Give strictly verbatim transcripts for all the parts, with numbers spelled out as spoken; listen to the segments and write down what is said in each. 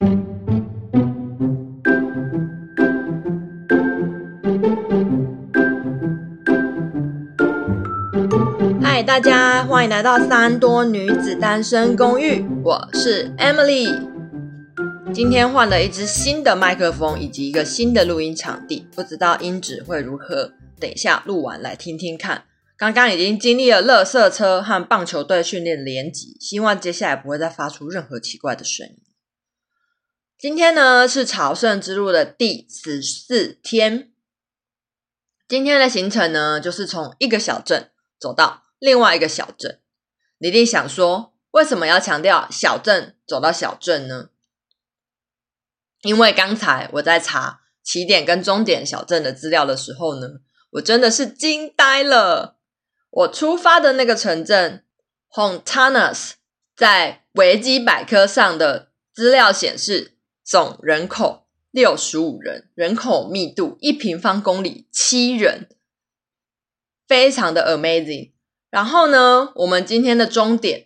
嗨，大家欢迎来到三多女子单身公寓，我是 Emily。今天换了一支新的麦克风以及一个新的录音场地，不知道音质会如何，等一下录完来听听看。刚刚已经经历了垃圾车和棒球队训练连击，希望接下来不会再发出任何奇怪的声音。今天呢是朝圣之路的第十四天，今天的行程呢就是从一个小镇走到另外一个小镇。你一定想说，为什么要强调小镇走到小镇呢？因为刚才我在查起点跟终点小镇的资料的时候呢，我真的是惊呆了。我出发的那个城镇 Hontanas 在维基百科上的资料显示，总人口六十五人，人口密度一平方公里七人，非常的 amazing。 然后呢，我们今天的终点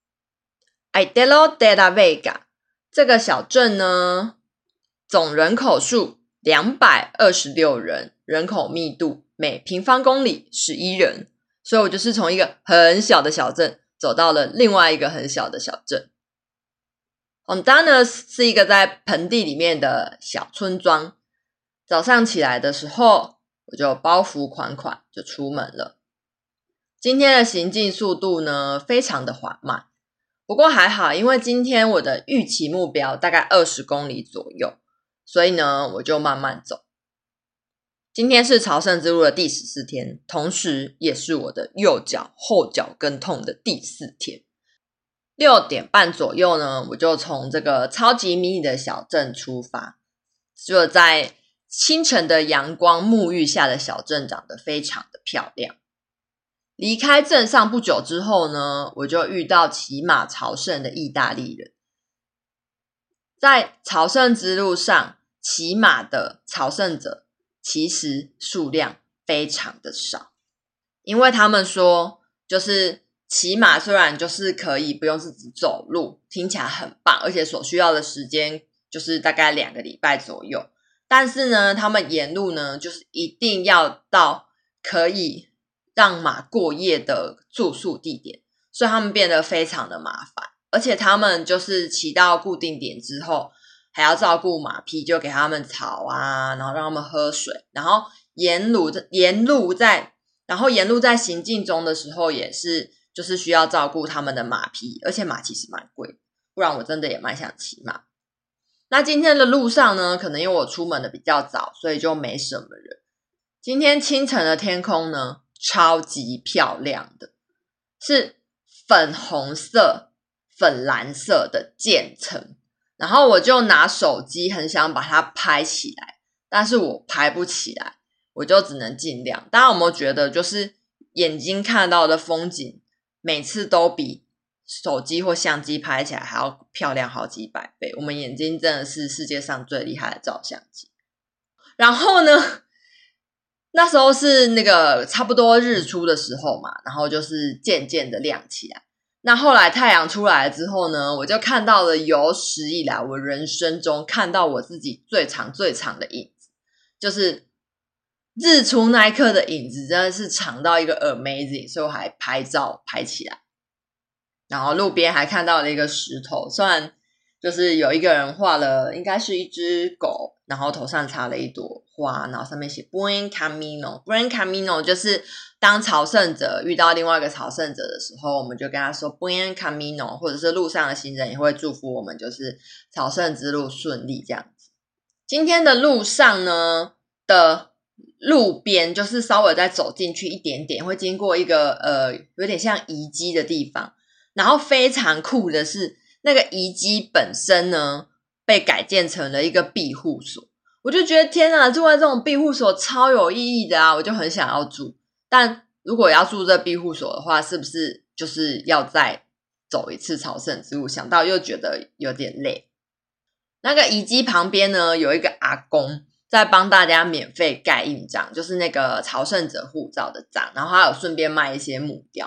Idelo de la Vega 这个小镇呢，总人口数两百二十六人，人口密度每平方公里十一人，所以我就是从一个很小的小镇走到了另外一个很小的小镇。Hontanas 是一个在盆地里面的小村庄。早上起来的时候，我就包袱款款就出门了。今天的行进速度呢，非常的缓慢，不过还好，因为今天我的预期目标大概二十公里左右，所以呢，我就慢慢走。今天是朝圣之路的第十四天，同时也是我的右脚后脚跟痛的第四天。六点半左右呢，我就从这个超级迷你的小镇出发，就在清晨的阳光沐浴下的小镇长得非常的漂亮。离开镇上不久之后呢，我就遇到骑马朝圣的意大利人。在朝圣之路上，骑马的朝圣者其实数量非常的少，因为他们说，就是骑马虽然就是可以不用自己走路，听起来很棒，而且所需要的时间就是大概两个礼拜左右，但是呢，他们沿路呢，就是一定要到可以让马过夜的住宿地点，所以他们变得非常的麻烦。而且他们就是骑到固定点之后，还要照顾马匹，就给他们草啊，然后让他们喝水，然后沿路沿路在然后沿路在行进中的时候，也是就是需要照顾他们的马匹，而且马其实蛮贵，不然我真的也蛮想骑马。那今天的路上呢，可能因为我出门的比较早，所以就没什么人。今天清晨的天空呢，超级漂亮的，是粉红色粉蓝色的渐层，然后我就拿手机很想把它拍起来，但是我拍不起来，我就只能尽量。大家有没有觉得就是眼睛看到的风景每次都比手机或相机拍起来还要漂亮好几百倍？我们眼睛真的是世界上最厉害的照相机。然后呢，那时候是那个差不多日出的时候嘛，然后就是渐渐的亮起来。那后来太阳出来之后呢，我就看到了有史以来我人生中看到我自己最长最长的影子，就是日出那一刻的影子真的是长到一个 amazing， 所以我还拍照拍起来。然后路边还看到了一个石头，虽然就是有一个人画了应该是一只狗，然后头上插了一朵花，然后上面写 Buen Camino。 Buen Camino 就是当朝圣者遇到另外一个朝圣者的时候，我们就跟他说 Buen Camino， 或者是路上的行人也会祝福我们就是朝圣之路顺利这样子。今天的路上呢的路边就是稍微再走进去一点点，会经过一个呃有点像遗迹的地方，然后非常酷的是那个遗迹本身呢被改建成了一个庇护所。我就觉得天啊，住在这种庇护所超有意义的啊，我就很想要住。但如果要住这庇护所的话，是不是就是要再走一次朝圣之路？想到又觉得有点累。那个遗迹旁边呢有一个阿公在帮大家免费盖印章，就是那个朝圣者护照的章，然后他有顺便卖一些木雕。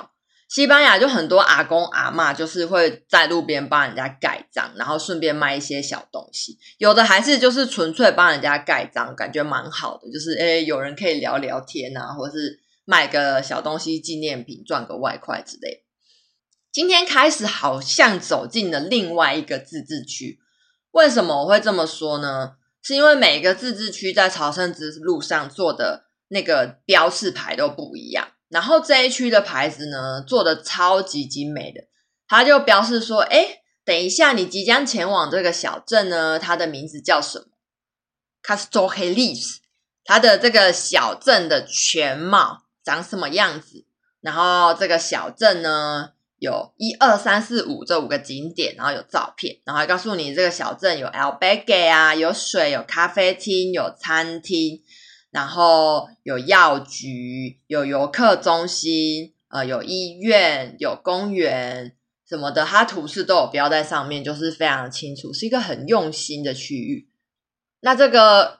西班牙就很多阿公阿嬷就是会在路边帮人家盖章，然后顺便卖一些小东西，有的还是就是纯粹帮人家盖章，感觉蛮好的，就是诶有人可以聊聊天啊，或是卖个小东西纪念品赚个外快之类的。今天开始好像走进了另外一个自治区，为什么我会这么说呢？是因为每个自治区在朝圣之路上做的那个标示牌都不一样，然后这一区的牌子呢做的超级精美的，它就标示说诶等一下你即将前往这个小镇呢，它的名字叫什么 Castelldefels， 它的这个小镇的全貌长什么样子，然后这个小镇呢有一二三四五这五个景点，然后有照片，然后还告诉你这个小镇有 albergue 啊，有水，有咖啡厅，有餐厅，然后有药局，有游客中心，呃，有医院，有公园什么的，它图示都有标在上面，就是非常的清楚，是一个很用心的区域。那这个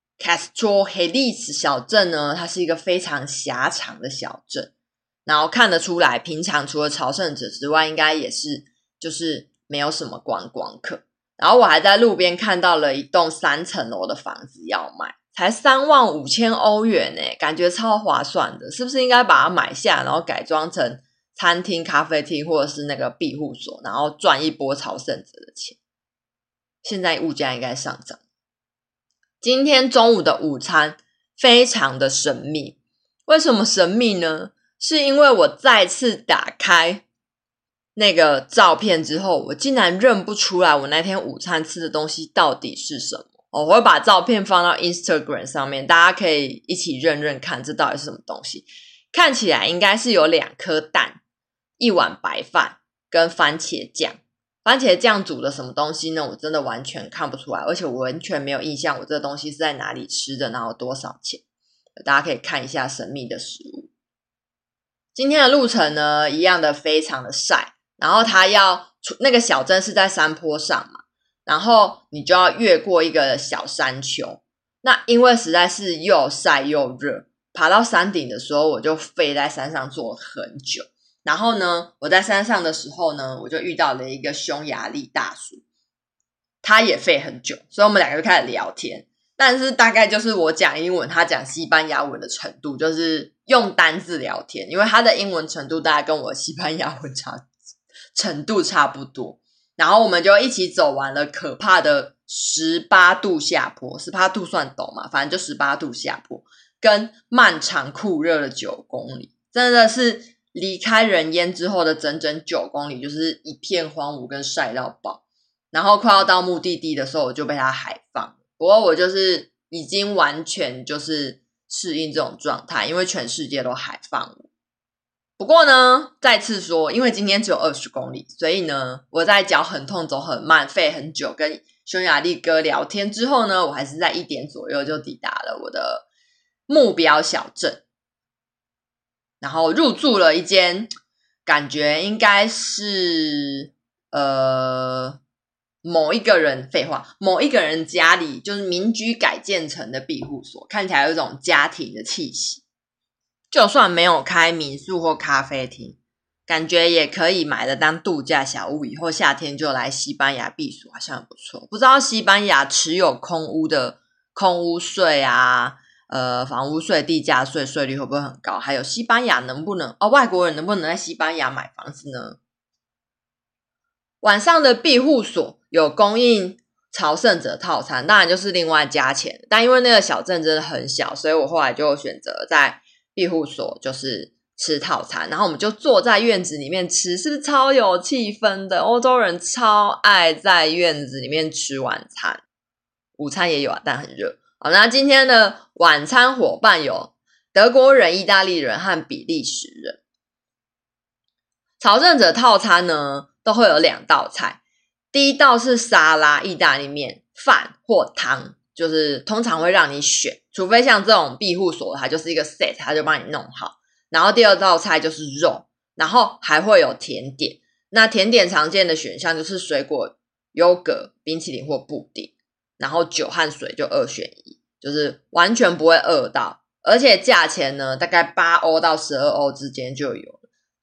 Castelldefels 小镇呢，它是一个非常狭长的小镇，然后看得出来平常除了朝圣者之外应该也是就是没有什么观光客。然后我还在路边看到了一栋三层楼的房子要卖，才三万五千欧元耶，感觉超划算的，是不是应该把它买下，然后改装成餐厅咖啡厅或者是那个庇护所，然后赚一波朝圣者的钱。现在物价应该上涨。今天中午的午餐非常的神秘，为什么神秘呢？是因为我再次打开那个照片之后，我竟然认不出来我那天午餐吃的东西到底是什么。我会把照片放到 Instagram 上面，大家可以一起认认看这到底是什么东西。看起来应该是有两颗蛋，一碗白饭跟番茄酱。番茄酱煮的什么东西呢？我真的完全看不出来，而且我完全没有印象我这个东西是在哪里吃的，然后多少钱。大家可以看一下神秘的食物。今天的路程呢，一样的非常的晒，然后它要那个小镇是在山坡上嘛，然后你就要越过一个小山丘。那因为实在是又晒又热，爬到山顶的时候我就废在山上坐很久。然后呢，我在山上的时候呢，我就遇到了一个匈牙利大叔，他也废很久，所以我们两个就开始聊天。但是大概就是我讲英文，他讲西班牙文的程度，就是用单字聊天，因为他的英文程度大概跟我西班牙文差程度差不多。然后我们就一起走完了可怕的十八度下坡，十八度算陡嘛，反正就十八度下坡，跟漫长酷热的九公里，真的是离开人烟之后的整整九公里，就是一片荒芜跟晒到爆。然后快要到目的地的时候，我就被他海放。不过我就是已经完全就是适应这种状态，因为全世界都海放我。不过呢，再次说，因为今天只有二十公里，所以呢，我在脚很痛、走很慢、废很久，跟匈牙利哥聊天之后呢，我还是在一点左右就抵达了我的目标小镇，然后入住了一间感觉应该是呃。某一个人废话某一个人家里就是民居改建成的庇护所，看起来有一种家庭的气息。就算没有开民宿或咖啡厅，感觉也可以买了当度假小屋，以后夏天就来西班牙避暑，好像很不错。不知道西班牙持有空屋的空屋税啊，呃，房屋税、地价税税率会不会很高？还有西班牙能不能哦，外国人能不能在西班牙买房子呢？晚上的庇护所有供应朝圣者套餐，当然就是另外加钱，但因为那个小镇真的很小，所以我后来就选择在庇护所就是吃套餐，然后我们就坐在院子里面吃，是不是超有气氛的？欧洲人超爱在院子里面吃晚餐，午餐也有啊，但很热。好，那今天的晚餐伙伴有德国人、意大利人和比利时人。朝圣者套餐呢都会有两道菜，第一道是沙拉、意大利面、饭或汤，就是通常会让你选，除非像这种庇护所它就是一个 set， 它就帮你弄好。然后第二道菜就是肉，然后还会有甜点。那甜点常见的选项就是水果、优格、冰淇淋或布丁，然后酒和水就二选一，就是完全不会饿到，而且价钱呢大概八欧到十二欧之间就有了，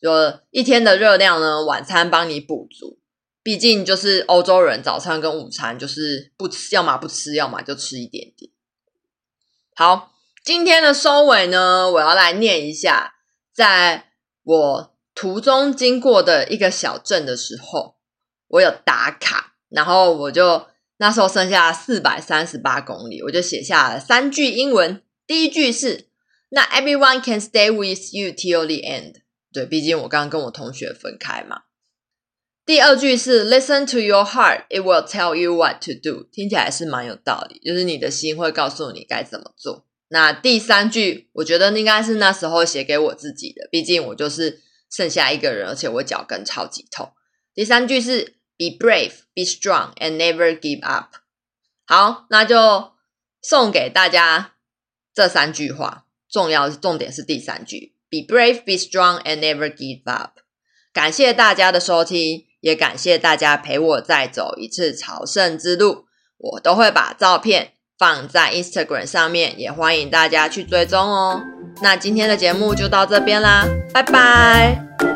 就一天的热量呢，晚餐帮你补足。毕竟就是欧洲人早餐跟午餐就是不吃，要么不吃，要么就吃一点点。好，今天的收尾呢，我要来念一下，在我途中经过的一个小镇的时候，我有打卡，然后我就那时候剩下四百三十八公里，我就写下了三句英文。第一句是 Not everyone can stay with you till the end。 对，毕竟我刚刚跟我同学分开嘛。第二句是 Listen to your heart, it will tell you what to do。 听起来是蛮有道理，就是你的心会告诉你该怎么做。那第三句我觉得应该是那时候写给我自己的，毕竟我就是剩下一个人，而且我脚跟超级痛。第三句是 Be brave, be strong, and never give up。 好，那就送给大家这三句话，重要重点是第三句 Be brave, be strong, and never give up。 感谢大家的收听，也感谢大家陪我再走一次朝圣之路。我都会把照片放在 Instagram 上面，也欢迎大家去追踪哦。那今天的节目就到这边啦，拜拜。